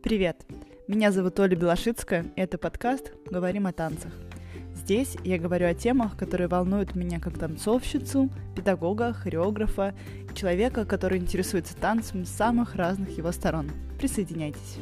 Привет! Меня зовут Оля Белошицкая, и это подкаст «Говорим о танцах». Здесь я говорю о темах, которые волнуют меня как танцовщицу, педагога, хореографа и человека, который интересуется танцем с самых разных его сторон. Присоединяйтесь!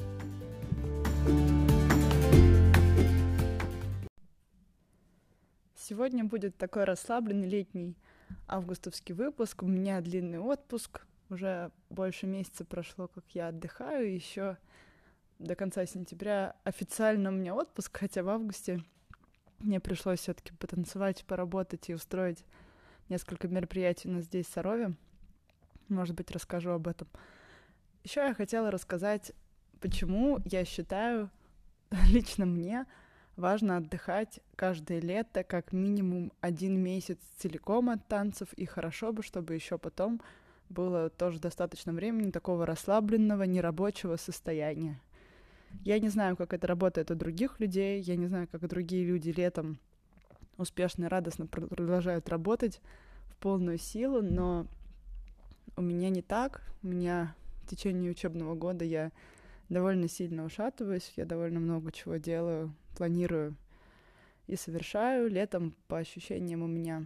Сегодня будет такой расслабленный летний августовский выпуск. У меня длинный отпуск. Уже больше месяца прошло, как я отдыхаю. Еще до конца сентября официально у меня отпуск, хотя в августе мне пришлось все-таки потанцевать, поработать и устроить несколько мероприятий у нас здесь, в Сарове. Может быть, расскажу об этом. Еще я хотела рассказать, почему я считаю, лично мне, важно отдыхать каждое лето как минимум 1 месяц целиком от танцев, и хорошо бы, чтобы еще потом было тоже достаточно времени такого расслабленного, нерабочего состояния. Я не знаю, как это работает у других людей, я не знаю, как другие люди летом успешно и радостно продолжают работать в полную силу, но у меня не так. У меня в течение учебного года я довольно сильно ушатываюсь, я довольно много чего делаю, планирую и совершаю. Летом, по ощущениям, у меня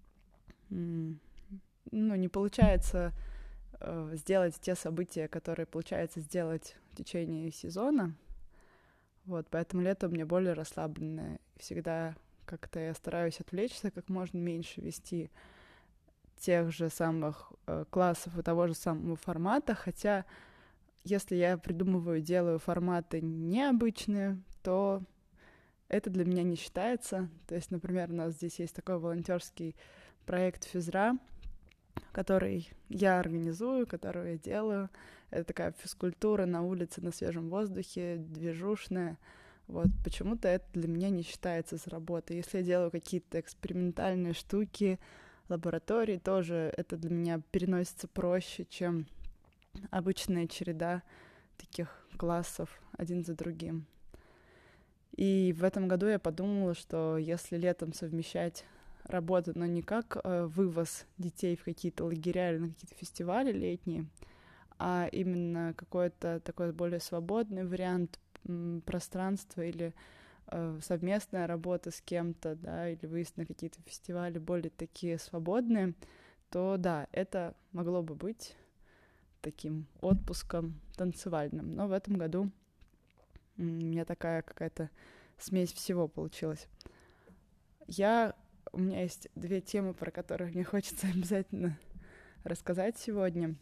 не получается сделать те события, которые получается сделать в течение сезона. Вот, поэтому лето у меня более расслабленное. Всегда как-то я стараюсь отвлечься, как можно меньше вести тех же самых классов и того же самого формата, хотя если я придумываю, делаю форматы необычные, то это для меня не считается. То есть, например, у нас здесь есть такой волонтерский проект «Физра», который я организую, который я делаю. Это такая физкультура на улице, на свежем воздухе, движушная. Вот почему-то это для меня не считается с работы. Если я делаю какие-то экспериментальные штуки, лаборатории, тоже это для меня переносится проще, чем обычная череда таких классов один за другим. И в этом году я подумала, что если летом совмещать работу, но не как вывоз детей в какие-то лагеря или на какие-то фестивали летние, а именно какой-то такой более свободный вариант пространства или совместная работа с кем-то, да, или выезд на какие-то фестивали более такие свободные, то да, это могло бы быть таким отпуском танцевальным. Но в этом году у меня такая какая-то смесь всего получилась. У меня есть 2 темы, про которые мне хочется обязательно рассказать сегодня.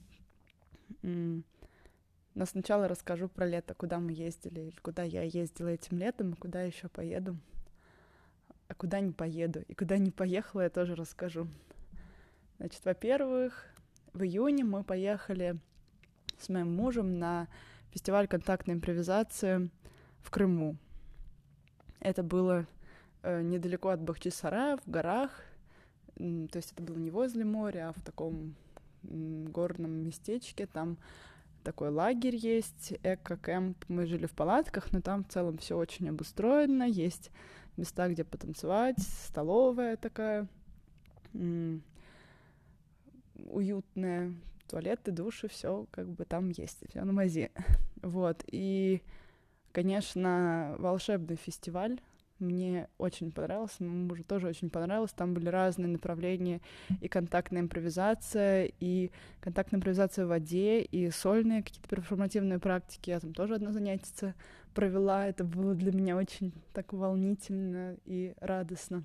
Но сначала расскажу про лето, куда мы ездили, или куда я ездила этим летом, и куда еще поеду, а куда не поеду. И куда не поехала, я тоже расскажу. Значит, во-первых, в июне мы поехали с моим мужем на фестиваль контактной импровизации в Крыму. Это было недалеко от Бахчисарая, в горах. То есть это было не возле моря, а в таком горном местечке. Там такой лагерь есть, эко-кэмп. Мы жили в палатках, но там в целом все очень обустроено. Есть места, где потанцевать, столовая такая уютная, туалеты, души, все как бы там есть, все на мази. Вот, и, конечно, волшебный фестиваль. Мне очень понравился, моему мужу тоже очень понравилось. Там были разные направления, и контактная импровизация в воде, и сольные какие-то перформативные практики. Я там тоже одно занятие провела. Это было для меня очень так волнительно и радостно.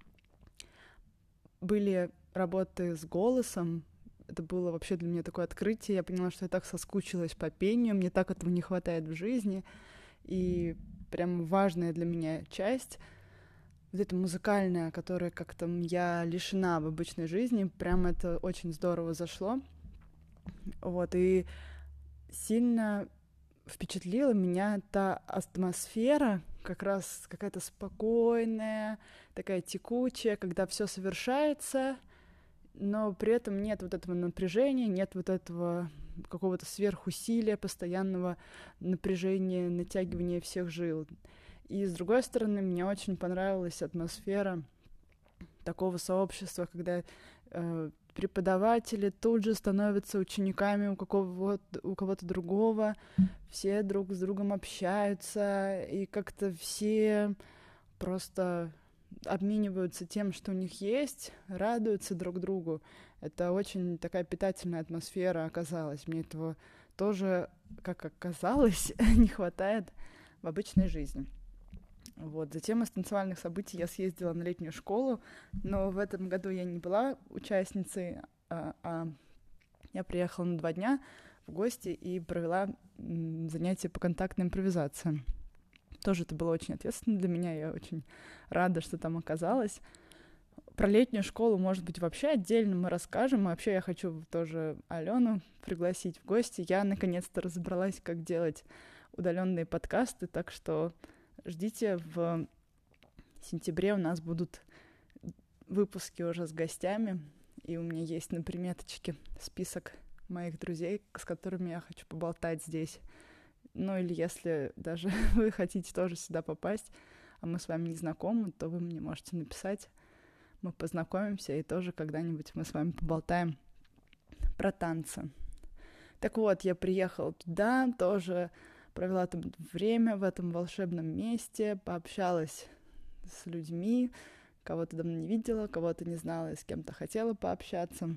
Были работы с голосом. Это было вообще для меня такое открытие. Я поняла, что я так соскучилась по пению, мне так этого не хватает в жизни. И прям важная для меня часть, вот эта музыкальная, которой как-то я лишена в обычной жизни, прям это очень здорово зашло. Вот, и сильно впечатлила меня та атмосфера, как раз какая-то спокойная, такая текучая, когда все совершается, но при этом нет вот этого напряжения, нет вот этого какого-то сверхусилия, постоянного напряжения, натягивания всех жил. И, с другой стороны, мне очень понравилась атмосфера такого сообщества, когда преподаватели тут же становятся учениками у кого-то другого, все друг с другом общаются, и как-то все просто обмениваются тем, что у них есть, радуются друг другу. Это очень такая питательная атмосфера оказалась. Мне этого тоже, как оказалось, не хватает в обычной жизни. Вот. Затем из танцевальных событий я съездила на летнюю школу, но в этом году я не была участницей, а я приехала на 2 дня в гости и провела занятия по контактной импровизации. Тоже это было очень ответственно для меня, я очень рада, что там оказалась. Про летнюю школу, может быть, вообще отдельно мы расскажем. И вообще я хочу тоже Алену пригласить в гости. Я наконец-то разобралась, как делать удаленные подкасты, так что ждите, в сентябре у нас будут выпуски уже с гостями, и у меня есть на приметочке список моих друзей, с которыми я хочу поболтать здесь. Ну или если даже вы хотите тоже сюда попасть, а мы с вами не знакомы, то вы мне можете написать, мы познакомимся, и тоже когда-нибудь мы с вами поболтаем про танцы. Так вот, я приехала туда, тоже провела там время в этом волшебном месте, пообщалась с людьми, кого-то давно не видела, кого-то не знала и с кем-то хотела пообщаться.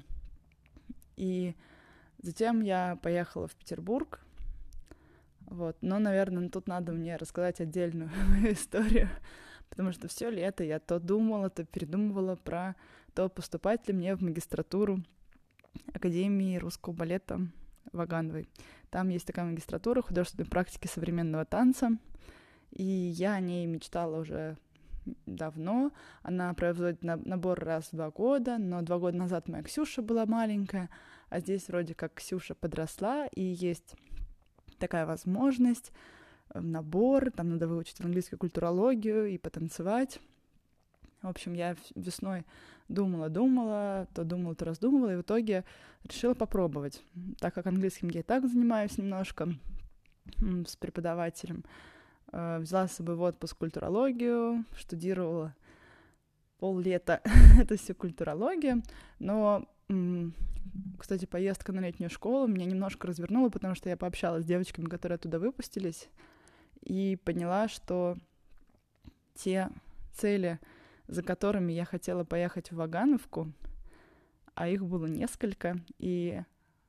И затем я поехала в Петербург. Вот. Но, наверное, тут надо мне рассказать отдельную историю, потому что все лето я то думала, то передумывала про то, поступать ли мне в магистратуру Академии русского балета Вагановой. Там есть такая магистратура художественной практики современного танца, и я о ней мечтала уже давно. Она производит набор раз в 2 года, но 2 года назад моя Ксюша была маленькая, а здесь вроде как Ксюша подросла, и есть такая возможность, набор, там надо выучить английскую культурологию и потанцевать. В общем, я весной думала, то раздумывала, и в итоге решила попробовать. Так как английским я и так занимаюсь немножко с преподавателем, взяла с собой в отпуск культурологию, штудировала поллета эту всю культурологию, но, кстати, поездка на летнюю школу меня немножко развернула, потому что я пообщалась с девочками, которые оттуда выпустились, и поняла, что те цели, за которыми я хотела поехать в Вагановку, а их было несколько, и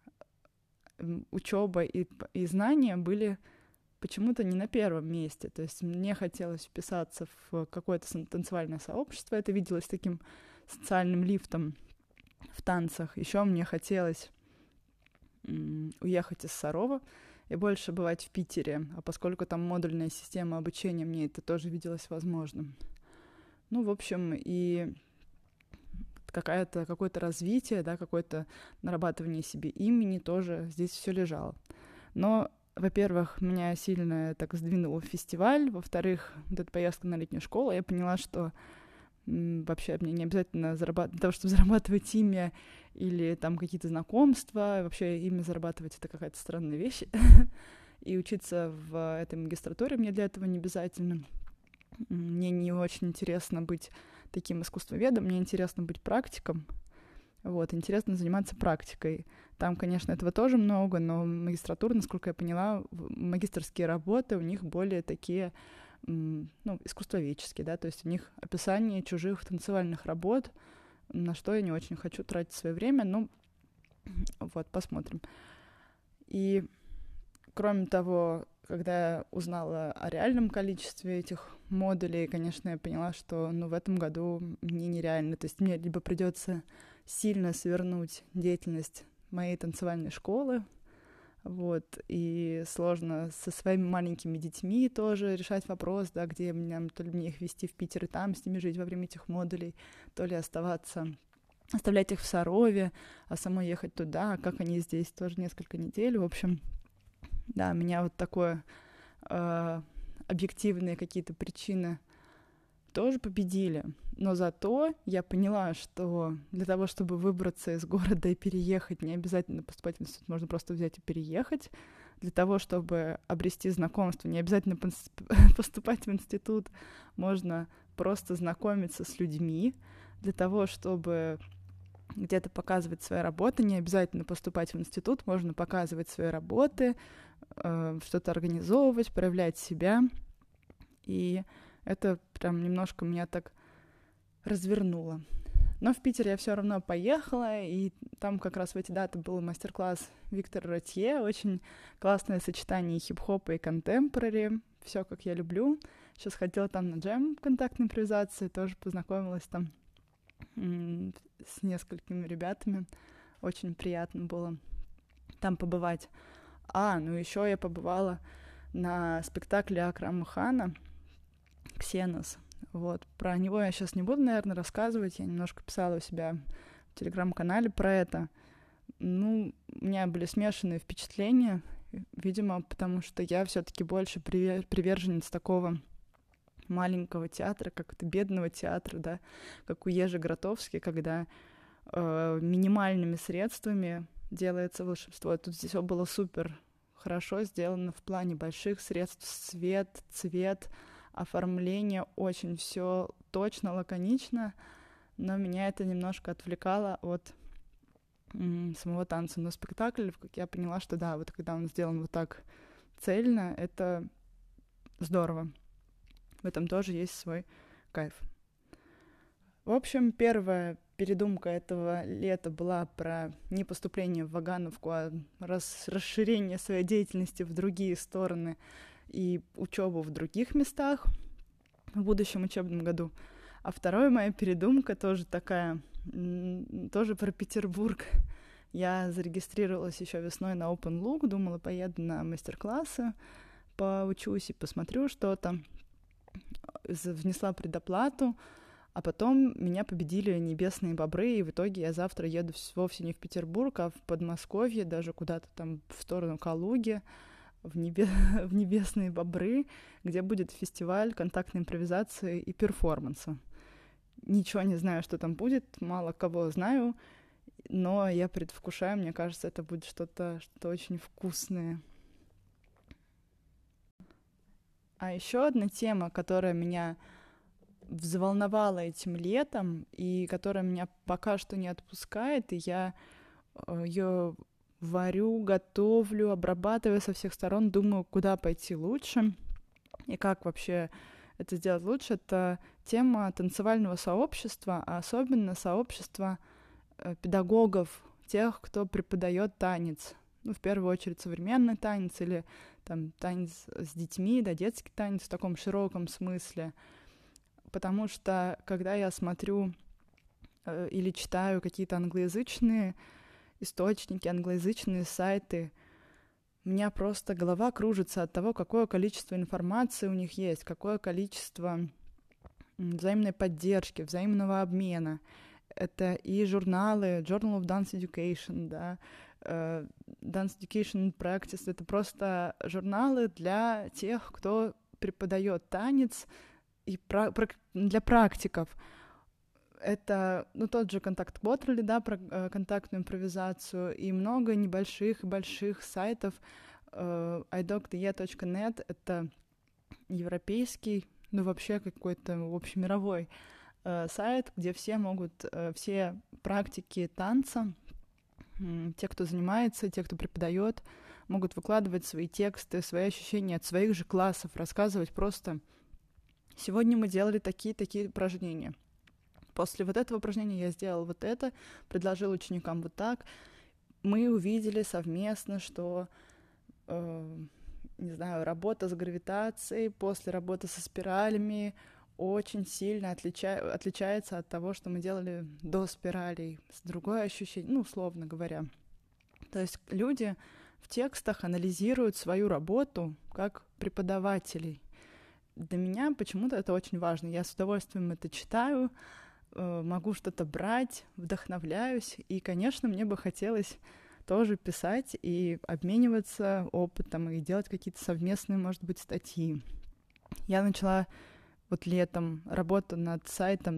учеба и знания были почему-то не на первом месте. То есть мне хотелось вписаться в какое-то танцевальное сообщество, это виделось таким социальным лифтом в танцах. Еще мне хотелось уехать из Сарова и больше бывать в Питере, а поскольку там модульная система обучения, мне это тоже виделось возможным. Ну, в общем, и какое-то развитие, да, какое-то нарабатывание себе имени тоже здесь все лежало. Но, во-первых, меня сильно так сдвинуло в фестиваль, во-вторых, вот эта поездка на летнюю школу, я поняла, что вообще мне не обязательно для того, чтобы зарабатывать имя или там какие-то знакомства, вообще имя зарабатывать — это какая-то странная вещь, и учиться в этой магистратуре мне для этого не обязательно. Мне не очень интересно быть таким искусствоведом, мне интересно быть практиком. Вот, интересно заниматься практикой. Там, конечно, этого тоже много, но магистратура, насколько я поняла, магистерские работы у них более такие, искусствоведческие, да, то есть у них описание чужих танцевальных работ, на что я не очень хочу тратить свое время, вот, посмотрим. И, кроме того, когда я узнала о реальном количестве этих модулей, конечно, я поняла, что в этом году мне нереально. То есть мне либо придется сильно свернуть деятельность моей танцевальной школы, вот, и сложно со своими маленькими детьми тоже решать вопрос, да, где мне, то ли мне их везти в Питер и там с ними жить во время этих модулей, то ли оставлять их в Сарове, а самой ехать туда, как они здесь тоже несколько недель. В общем, да, меня вот такое объективные какие-то причины тоже победили. Но зато я поняла, что для того, чтобы выбраться из города и переехать, не обязательно поступать в институт, можно просто взять и переехать. Для того, чтобы обрести знакомство, не обязательно поступать в институт, можно просто знакомиться с людьми. Для того, чтобы где-то показывать свои работы, не обязательно поступать в институт, можно показывать свои работы, что-то организовывать, проявлять себя. И это прям немножко меня так развернуло. Но в Питер я все равно поехала, и там как раз в эти даты был мастер-класс Виктора Ротье, очень классное сочетание хип-хопа и контемпорари, все как я люблю. Сейчас ходила там на джем контактной импровизации, тоже познакомилась там с несколькими ребятами. Очень приятно было там побывать. Ну еще я побывала на спектакле Акрама Хана «Ксенос». Вот. Про него я сейчас не буду, наверное, рассказывать. Я немножко писала у себя в телеграм-канале про это. У меня были смешанные впечатления, видимо, потому что я все-таки больше приверженец такого маленького театра, как это бедного театра, да, как у Ежи Гротовски, когда минимальными средствами делается волшебство. Тут здесь все было супер хорошо сделано в плане больших средств, свет, цвет, оформление, очень все точно, лаконично, но меня это немножко отвлекало от самого танца. Но спектакль, как я поняла, что да, вот когда он сделан вот так цельно, это здорово. В этом тоже есть свой кайф. В общем, первая передумка этого лета была про не поступление в Вагановку, а расширение своей деятельности в другие стороны и учебу в других местах в будущем учебном году. А вторая моя передумка тоже такая, тоже про Петербург. Я зарегистрировалась еще весной на Open Look, думала, поеду на мастер-классы, поучусь и посмотрю что-то. Внесла предоплату, а потом меня победили небесные бобры, и в итоге я завтра еду вовсе не в Петербург, а в Подмосковье, даже куда-то там в сторону Калуги, в небесные бобры, где будет фестиваль контактной импровизации и перформанса. Ничего не знаю, что там будет, мало кого знаю, но я предвкушаю, мне кажется, это будет что-то очень вкусное. А еще одна тема, которая меня взволновала этим летом и которая меня пока что не отпускает, и я ее варю, готовлю, обрабатываю со всех сторон, думаю, куда пойти лучше и как вообще это сделать лучше. Это тема танцевального сообщества, а особенно сообщества педагогов, тех, кто преподает танец. В первую очередь современный танец или там танец с детьми, да, детский танец в таком широком смысле. Потому что, когда я смотрю или читаю какие-то англоязычные источники, англоязычные сайты, у меня просто голова кружится от того, какое количество информации у них есть, какое количество взаимной поддержки, взаимного обмена. Это и журналы, Journal of Dance Education, да, Dance Education Practice — это просто журналы для тех, кто преподает танец, и для практиков. Это, тот же контакт Quarterly, да, про контактную импровизацию, и много небольших и больших сайтов. idocde.net — это европейский, вообще какой-то общемировой сайт, где все могут, все практики танца, те, кто занимается, те, кто преподает, могут выкладывать свои тексты, свои ощущения от своих же классов, рассказывать просто: сегодня мы делали такие такие После вот этого упражнения я сделал вот это, предложил ученикам вот так. Мы увидели совместно, что, работа с гравитацией после работы со спиралями очень сильно отличается от того, что мы делали до спиралей, с другое ощущение, условно говоря. То есть люди в текстах анализируют свою работу как преподавателей. Для меня почему-то это очень важно. Я с удовольствием это читаю, могу что-то брать, вдохновляюсь. И, конечно, мне бы хотелось тоже писать и обмениваться опытом, и делать какие-то совместные, может быть, статьи. Я начала летом работу над сайтом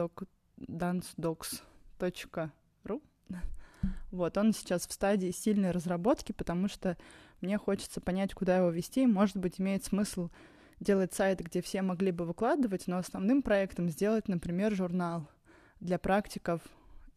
dancedocs.ru. Он сейчас в стадии сильной разработки, потому что мне хочется понять, куда его вести. Может быть, имеет смысл делать сайт, где все могли бы выкладывать, но основным проектом сделать, например, журнал для практиков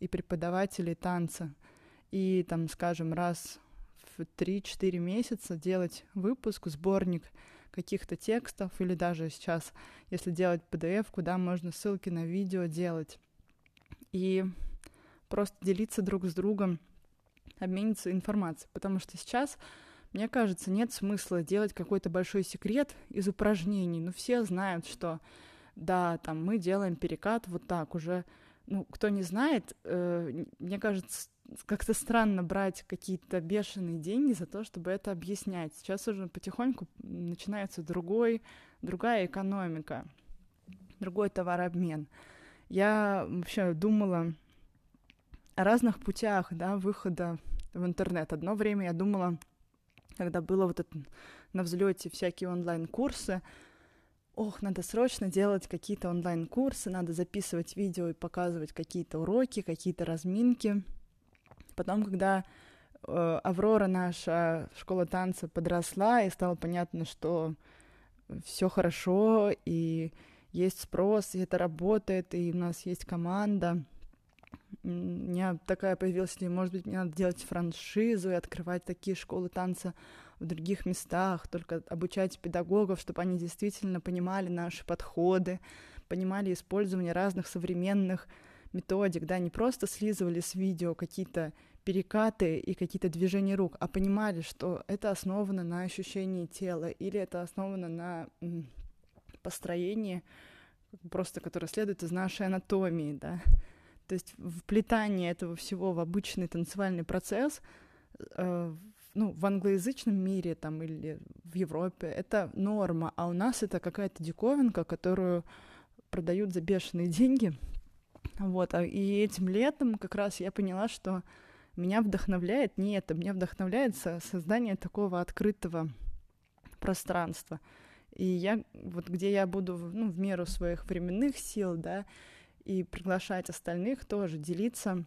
и преподавателей танца. И там, скажем, раз в 3-4 месяца делать выпуск, сборник каких-то текстов, или даже сейчас, если делать PDF, куда можно ссылки на видео делать. И просто делиться друг с другом, обмениться информацией. Потому что сейчас, мне кажется, нет смысла делать какой-то большой секрет из упражнений. Ну, все знают, что да, там мы делаем перекат вот так уже. Ну, кто не знает, мне кажется, как-то странно брать какие-то бешеные деньги за то, чтобы это объяснять. Сейчас уже потихоньку начинается другая экономика, другой товарообмен. Я вообще думала о разных путях, да, выхода в интернет. Одно время я думала, когда было вот это на взлете всякие онлайн-курсы, надо срочно делать какие-то онлайн-курсы, надо записывать видео и показывать какие-то уроки, какие-то разминки. Потом, когда Аврора, наша школа танца, подросла, и стало понятно, что все хорошо, и есть спрос, и это работает, и у нас есть команда. У меня такая появилась идея, может быть, мне надо делать франшизу и открывать такие школы танца в других местах, только обучать педагогов, чтобы они действительно понимали наши подходы, понимали использование разных современных методик, да, не просто слизывали с видео какие-то перекаты и какие-то движения рук, а понимали, что это основано на ощущении тела или это основано на построении, просто которое следует из нашей анатомии, да. То есть вплетание этого всего в обычный танцевальный процесс, в англоязычном мире там, или в Европе это норма, а у нас это какая-то диковинка, которую продают за бешеные деньги. Вот. И этим летом как раз я поняла, что меня вдохновляет не это, меня вдохновляет создание такого открытого пространства. И я, вот где я буду, в меру своих временных сил, да, и приглашать остальных тоже делиться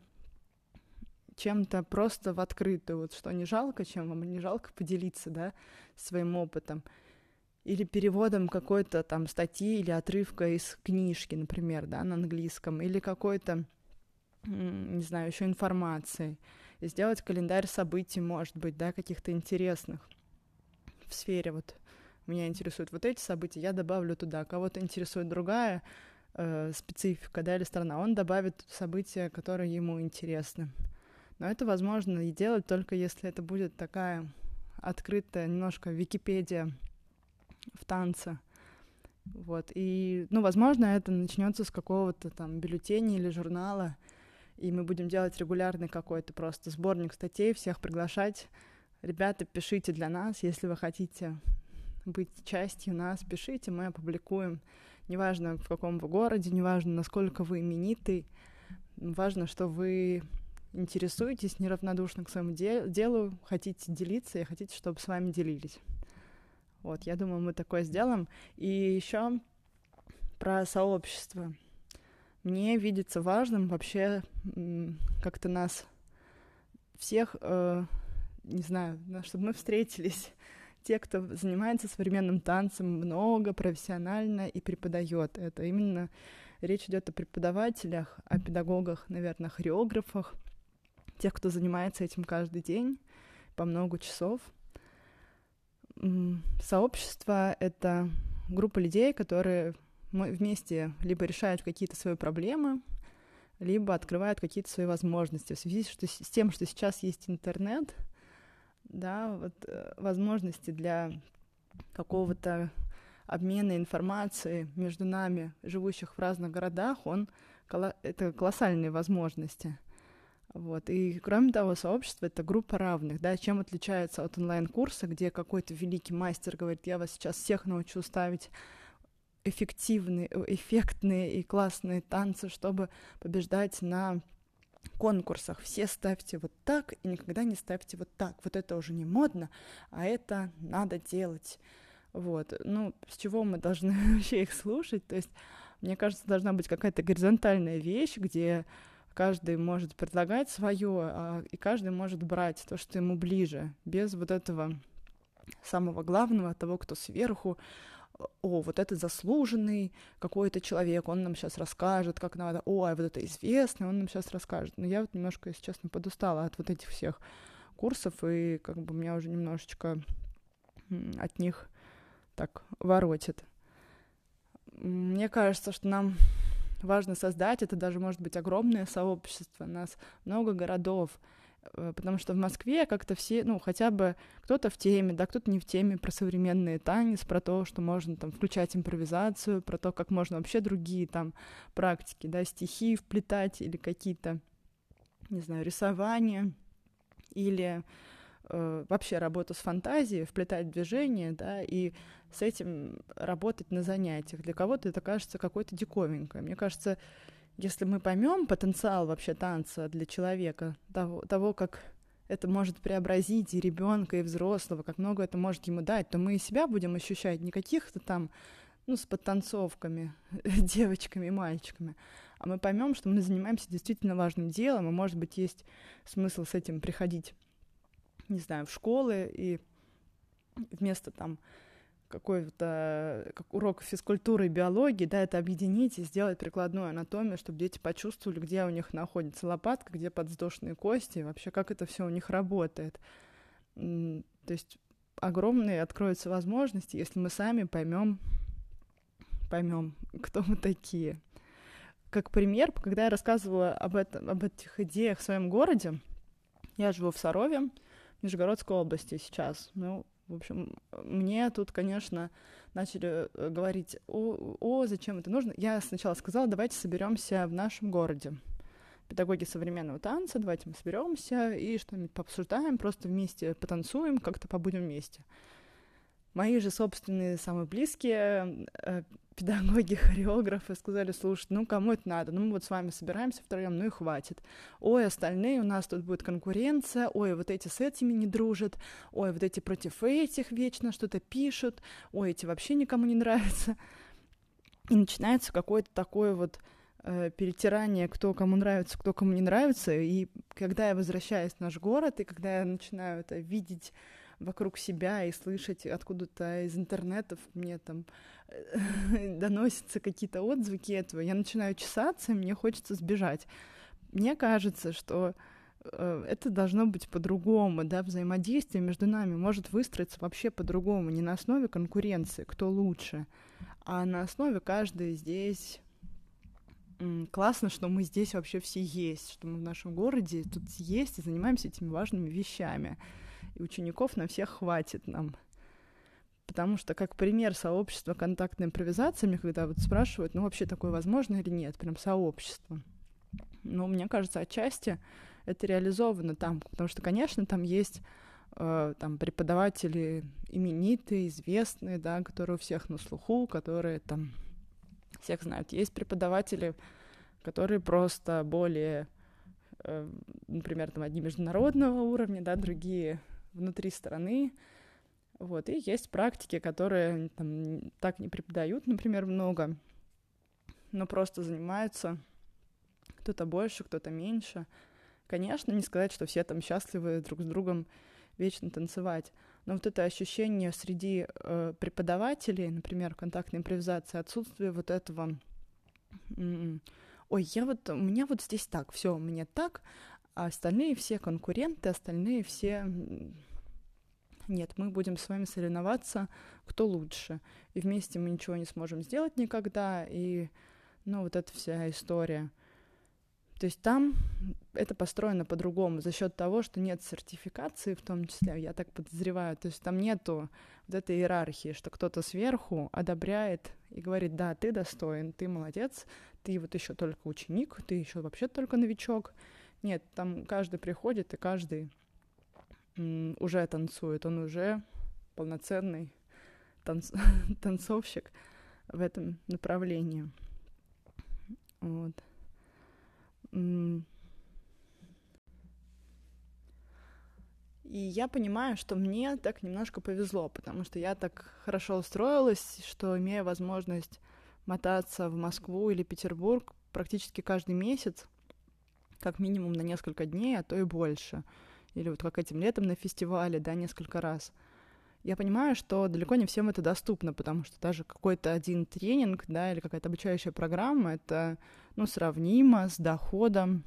чем-то просто в открытую, вот что не жалко, чем вам не жалко поделиться, да, своим опытом. Или переводом какой-то там статьи или отрывка из книжки, например, да, на английском, или какой-то, не знаю, еще информации. И сделать календарь событий, может быть, да, каких-то интересных в сфере. Вот меня интересуют вот эти события, я добавлю туда. Кого-то интересует другая специфика, да, или страна, он добавит события, которые ему интересны. Но это возможно и делать только если это будет такая открытая немножко Википедия в танце. Вот. И, возможно, это начнется с какого-то там бюллетеня или журнала, и мы будем делать регулярный какой-то просто сборник статей, всех приглашать. Ребята, пишите для нас, если вы хотите быть частью нас, пишите, мы опубликуем. Неважно, в каком вы городе, неважно, насколько вы именитый, важно, что вы интересуетесь неравнодушно к своему делу, хотите делиться и хотите, чтобы с вами делились. Вот, я думаю, мы такое сделаем. И еще про сообщество. Мне видится важным вообще как-то нас всех, не знаю, чтобы мы встретились. Те, кто занимается современным танцем много, профессионально и преподает это. Именно речь идет о преподавателях, о педагогах, наверное, хореографах, тех, кто занимается этим каждый день по много часов. Сообщество — это группа людей, которые вместе либо решают какие-то свои проблемы, либо открывают какие-то свои возможности. В связи с тем, что сейчас есть интернет, да, вот возможности для какого-то обмена информацией между нами, живущих в разных городах, это колоссальные возможности. Вот. И кроме того, сообщество — это группа равных. Да? Чем отличается от онлайн-курса, где какой-то великий мастер говорит: я вас сейчас всех научу ставить эффектные и классные танцы, чтобы побеждать на конкурсах. Все ставьте вот так и никогда не ставьте вот так. Вот это уже не модно, а это надо делать. Вот. С чего мы должны вообще их слушать? То есть, мне кажется, должна быть какая-то горизонтальная вещь, где каждый может предлагать свое, и каждый может брать то, что ему ближе, без вот этого самого главного, того, кто сверху, о, вот это заслуженный какой-то человек, он нам сейчас расскажет, как надо, о, а вот это известный, он нам сейчас расскажет. Но я вот немножко, если честно, подустала от вот этих всех курсов, и как бы меня уже немножечко от них так воротит. Мне кажется, что нам важно создать, это даже может быть огромное сообщество, нас много городов, потому что в Москве как-то все, ну, хотя бы кто-то в теме, да, кто-то не в теме про современный танец, про то, что можно там включать импровизацию, про то, как можно вообще другие там практики, да, стихи вплетать или какие-то, не знаю, рисования или вообще работу с фантазией, вплетать движение, да, и с этим работать на занятиях. Для кого-то это кажется какой-то диковинкой. Мне кажется, если мы поймем потенциал вообще танца для человека, того, как это может преобразить и ребенка, и взрослого, как много это может ему дать, то мы и себя будем ощущать не каких-то там, ну, с подтанцовками, девочками и мальчиками, а мы поймем, что мы занимаемся действительно важным делом, и, может быть, есть смысл с этим приходить, не знаю, в школы, и вместо там какой-то как урок физкультуры и биологии, да, это объединить и сделать прикладную анатомию, чтобы дети почувствовали, где у них находится лопатка, где подвздошные кости, и вообще как это все у них работает. То есть огромные откроются возможности, если мы сами поймем, кто мы такие. Как пример, когда я рассказывала об этих идеях в своем городе, я живу в Сарове, в Нижегородской области сейчас. Ну, в общем, мне тут, конечно, начали говорить, зачем это нужно. Я сначала сказала, давайте соберемся в нашем городе. Педагоги современного танца, давайте мы соберемся и что-нибудь пообсуждаем, просто вместе потанцуем, как-то побудем вместе. Мои же собственные, самые близкие педагоги, хореографы сказали, слушай, ну кому это надо? Ну мы вот с вами собираемся втроем, ну и хватит. Ой, остальные, у нас тут будет конкуренция, ой, вот эти с этими не дружат, ой, вот эти против этих вечно что-то пишут, ой, эти вообще никому не нравятся. И начинается какое-то такое вот перетирание, кто кому нравится, кто кому не нравится. И когда я возвращаюсь в наш город, и когда я начинаю это видеть вокруг себя и слышать откуда-то из интернетов, мне там доносятся какие-то отзвуки этого, я начинаю чесаться, и мне хочется сбежать. Мне кажется, что это должно быть по-другому, да, взаимодействие между нами может выстроиться вообще по-другому, не на основе конкуренции, кто лучше, а на основе каждый здесь. Классно, что мы здесь вообще все есть, что мы в нашем городе тут есть и занимаемся этими важными вещами. И учеников на всех хватит нам. Потому что, как пример сообщества контактной импровизации, мне когда вот спрашивают, ну, вообще такое возможно или нет, прям сообщество. Но мне кажется, отчасти это реализовано там, потому что, конечно, там есть там преподаватели именитые, известные, да, которые у всех на слуху, которые там всех знают. Есть преподаватели, которые просто более, например, там одни международного уровня, да, другие внутри страны. Вот. И есть практики, которые там так не преподают, например, много, но просто занимаются кто-то больше, кто-то меньше. Конечно, не сказать, что все там счастливы друг с другом вечно танцевать, но вот это ощущение среди преподавателей, например, контактной импровизации, отсутствие вот этого ой, у меня вот здесь так, все, у меня так, а остальные все конкуренты, остальные все... Нет, мы будем с вами соревноваться, кто лучше. И вместе мы ничего не сможем сделать никогда, и, ну, вот эта вся история. То есть там это построено по-другому за счет того, что нет сертификации, в том числе, я так подозреваю. То есть там нету вот этой иерархии, что кто-то сверху одобряет и говорит, да, ты достоин, ты молодец, ты вот еще только ученик, ты еще вообще только новичок. Нет, там каждый приходит, и каждый уже танцует, он уже полноценный танцовщик в этом направлении. Вот. И я понимаю, что мне так немножко повезло, потому что я так хорошо устроилась, что имея возможность мотаться в Москву или Петербург практически каждый месяц, как минимум на несколько дней, а то и больше. Или вот как этим летом на фестивале, да, несколько раз. я понимаю, что далеко не всем это доступно, потому что даже какой-то один тренинг, да, или какая-то обучающая программа, это, ну, сравнимо с доходом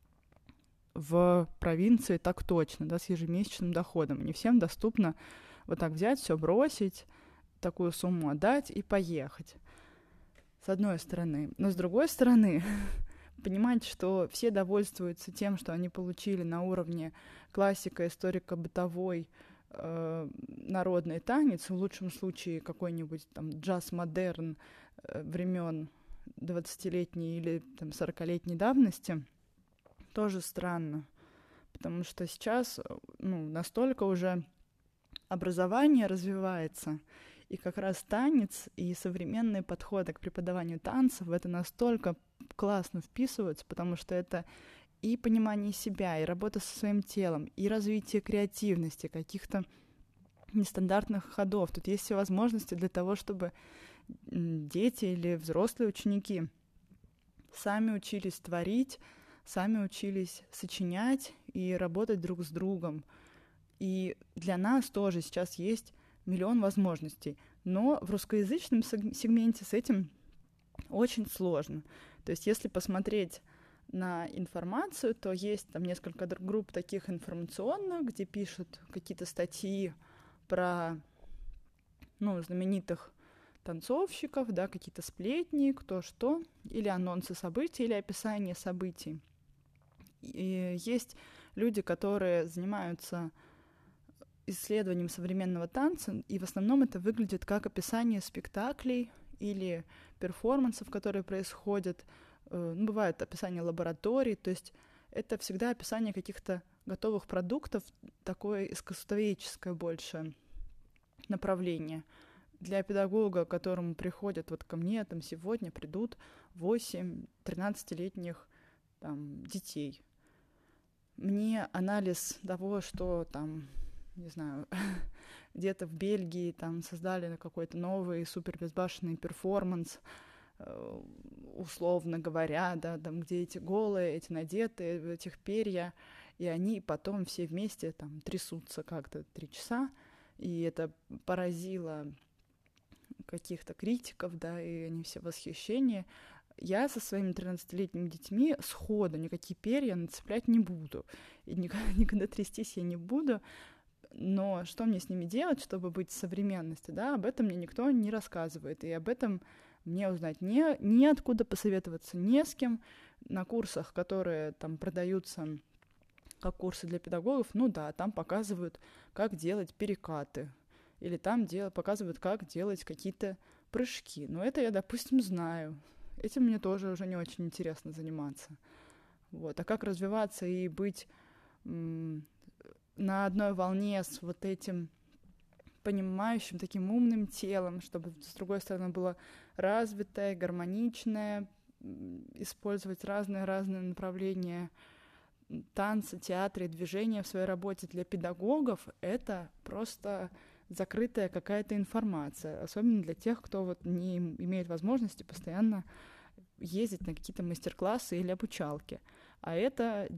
в провинции так точно, да, с ежемесячным доходом. Не всем доступно вот так взять, все бросить, такую сумму отдать и поехать. С одной стороны. Но с другой стороны, понимать, что все довольствуются тем, что они получили на уровне классика, историко-бытовой, народный танец, в лучшем случае какой-нибудь там джаз-модерн времен 20-летней или там 40-летней давности, тоже странно. Потому что сейчас, ну, настолько уже образование развивается, и как раз танец и современные подходы к преподаванию танцев в это настолько классно вписываются, потому что это и понимание себя, и работа со своим телом, и развитие креативности, каких-то нестандартных ходов. Тут есть все возможности для того, чтобы дети или взрослые ученики сами учились творить, сами учились сочинять и работать друг с другом. И для нас тоже сейчас есть миллион возможностей. Но в русскоязычном сегменте с этим очень сложно. То есть если посмотреть на информацию, то есть там несколько групп таких информационных, где пишут какие-то статьи про, ну, знаменитых танцовщиков, да, какие-то сплетни, кто что, или анонсы событий, или описание событий. И есть люди, которые занимаются исследованием современного танца, и в основном это выглядит как описание спектаклей или перформансов, которые происходят. Ну, бывает описание лабораторий, то есть это всегда описание каких-то готовых продуктов, такое искусствоведческое больше направление. Для педагога, к которому приходят, вот ко мне там сегодня придут 8 13-летних там детей. Мне анализ того, что там, не знаю, где-то в Бельгии там создали какой-то новый супербезбашенный перформанс, условно говоря, да, там, где эти голые, эти надетые, этих перья, и они потом все вместе там трясутся как-то 3 часа, и это поразило каких-то критиков, да, и они все в восхищении. Я со своими 13-летними детьми сходу никакие перья нацеплять не буду, и никогда трястись я не буду. Но что мне с ними делать, чтобы быть в современности, да, об этом мне никто не рассказывает, и об этом мне узнать неоткуда посоветоваться, не с кем. На курсах, которые там продаются как курсы для педагогов, ну да, там показывают, как делать перекаты, или там показывают, как делать какие-то прыжки. Но это я, допустим, знаю. Этим мне тоже уже не очень интересно заниматься. Вот. А как развиваться и быть на одной волне с вот этим понимающим, таким умным телом, чтобы, с другой стороны, было развитое, гармоничное, использовать разные направления танца, театра и движения в своей работе для педагогов, это просто закрытая какая-то информация, особенно для тех, кто вот не имеет возможности постоянно ездить на какие-то мастер-классы или обучалки. А это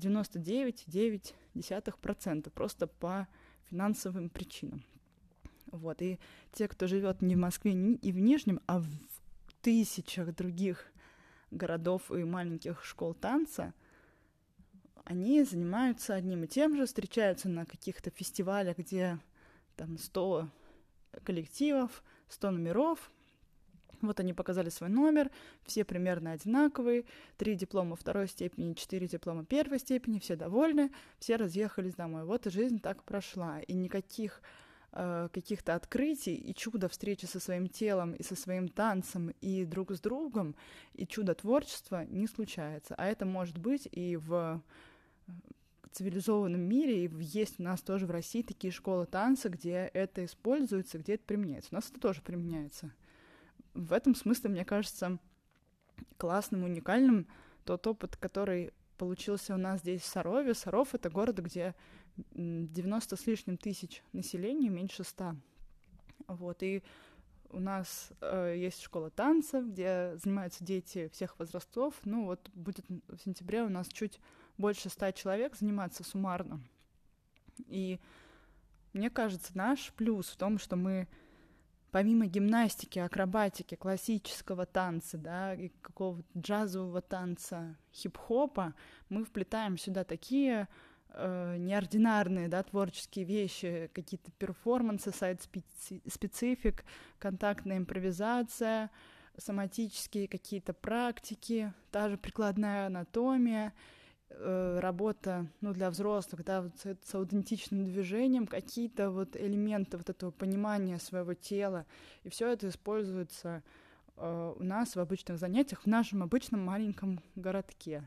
99,9% просто по финансовым причинам. Вот. И те, кто живет не в Москве и в Нижнем, а в тысячах других городов и маленьких школ танца, они занимаются одним и тем же, встречаются на каких-то фестивалях, где там 100 коллективов, 100 номеров. Вот они показали свой номер, все примерно одинаковые, 3 диплома второй степени, 4 диплома первой степени, все довольны, все разъехались домой. Вот и жизнь так прошла, и никаких каких-то открытий и чуда встречи со своим телом и со своим танцем и друг с другом, и чудо творчества не случается. А это может быть и в цивилизованном мире, и есть у нас тоже в России такие школы танца, где это используется, где это применяется. У нас это тоже применяется. В этом смысле, мне кажется, классным, уникальным тот опыт, который получился у нас здесь в Сарове. Саров — это город, где 90 с лишним тысяч населения, меньше 100. Вот, и у нас есть школа танца, где занимаются дети всех возрастов. Ну, вот будет в сентябре у нас чуть больше 100 человек заниматься суммарно. И мне кажется, наш плюс в том, что мы помимо гимнастики, акробатики, классического танца, да, и какого-то джазового танца, хип-хопа, мы вплетаем сюда такие неординарные, да, творческие вещи, какие-то перформансы, сайт-специфик, контактная импровизация, соматические какие-то практики, та же прикладная анатомия, работа, ну, для взрослых, да, вот с аутентичным движением, какие-то вот элементы вот этого понимания своего тела, и все это используется у нас в обычных занятиях в нашем обычном маленьком городке.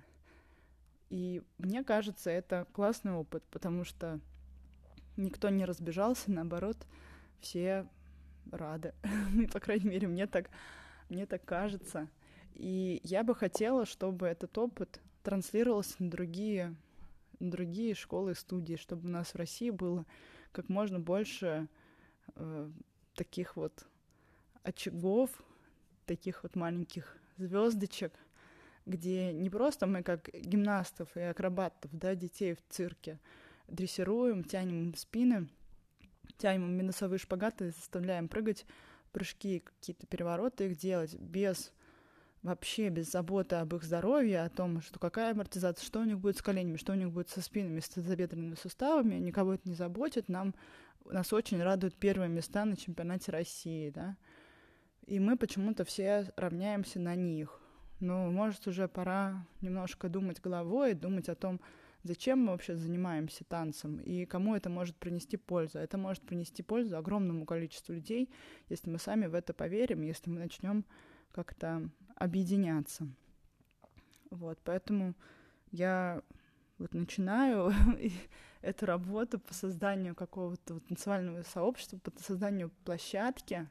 И мне кажется, это классный опыт, потому что никто не разбежался, наоборот, все рады. Ну, по крайней мере, мне так кажется. И я бы хотела, чтобы этот опыт транслировался на другие школы и студии, чтобы у нас в России было как можно больше таких вот очагов, таких вот маленьких звездочек, где не просто мы как гимнастов и акробатов, да, детей в цирке дрессируем, тянем им спины, тянем им минусовые шпагаты, заставляем прыгать, прыжки, какие-то перевороты их делать без заботы об их здоровье, о том, что какая амортизация, что у них будет с коленями, что у них будет со спинами, с тазобедренными суставами, никого это не заботит. Нас очень радуют первые места на чемпионате России, да, и мы почему-то все равняемся на них. Но, может, уже пора немножко думать головой, думать о том, зачем мы вообще занимаемся танцем и кому это может принести пользу. Это может принести пользу огромному количеству людей, если мы сами в это поверим, если мы начнем как-то объединяться. Вот, поэтому я вот начинаю эту работу по созданию какого-то вот танцевального сообщества, по созданию площадки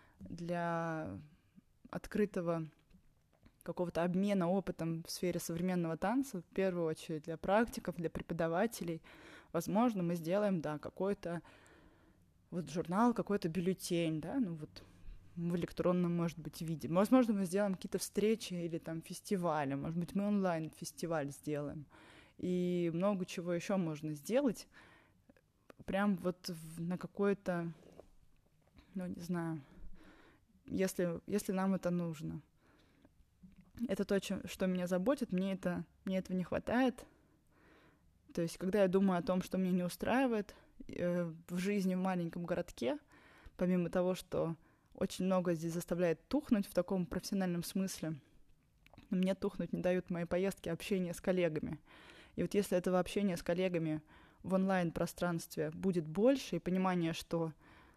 для открытого какого-то обмена опытом в сфере современного танца, в первую очередь для практиков, для преподавателей. Возможно, мы сделаем, да, какой-то вот журнал, какой-то бюллетень, да, ну вот в электронном, может быть, виде. Возможно, мы сделаем какие-то встречи или там фестивали, может быть, мы онлайн-фестиваль сделаем. И много чего еще можно сделать, прям вот на какой-то, ну, не знаю, если нам это нужно. Это то, что меня заботит, мне этого не хватает. То есть, когда я думаю о том, что меня не устраивает в жизни в маленьком городке, помимо того, что очень много здесь заставляет тухнуть в таком профессиональном смысле, мне тухнуть не дают мои поездки, общение с коллегами. И вот если этого общения с коллегами в онлайн-пространстве будет больше, и понимание, что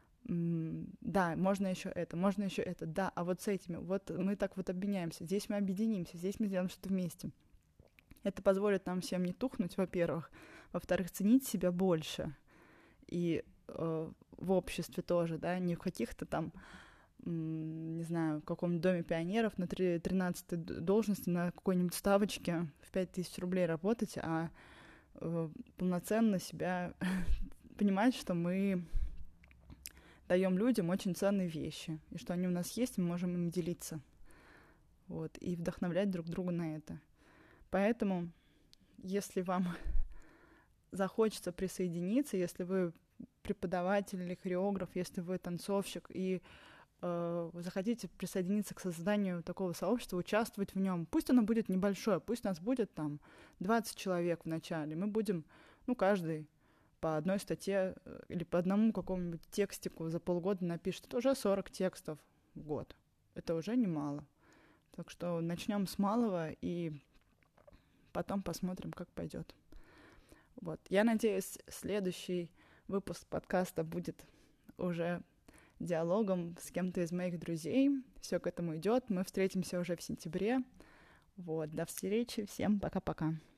да, можно еще это, да, а вот с этими, вот мы так вот объединяемся, здесь мы объединимся, здесь мы сделаем что-то вместе. Это позволит нам всем не тухнуть, во-первых, во-вторых, ценить себя больше, и в обществе тоже, да, не в каких-то там, не знаю, в каком-нибудь доме пионеров на 13-й должности на какой-нибудь ставочке в 5000 рублей работать, а полноценно себя понимать, что мы даем людям очень ценные вещи, и что они у нас есть, и мы можем им делиться, вот, и вдохновлять друг друга на это. Поэтому, если вам захочется присоединиться, если вы преподаватель или хореограф, если вы танцовщик, и захотите присоединиться к созданию такого сообщества, участвовать в нем, пусть оно будет небольшое, пусть у нас будет там 20 человек в начале, мы будем, ну, каждый по одной статье или по одному какому-нибудь текстику за полгода напишет, это уже 40 текстов в год. Это уже немало. Так что начнем с малого и потом посмотрим, как пойдет. Вот. Я надеюсь, следующий выпуск подкаста будет уже диалогом с кем-то из моих друзей. Все к этому идет. Мы встретимся уже в сентябре. Вот. До встречи. Всем пока-пока.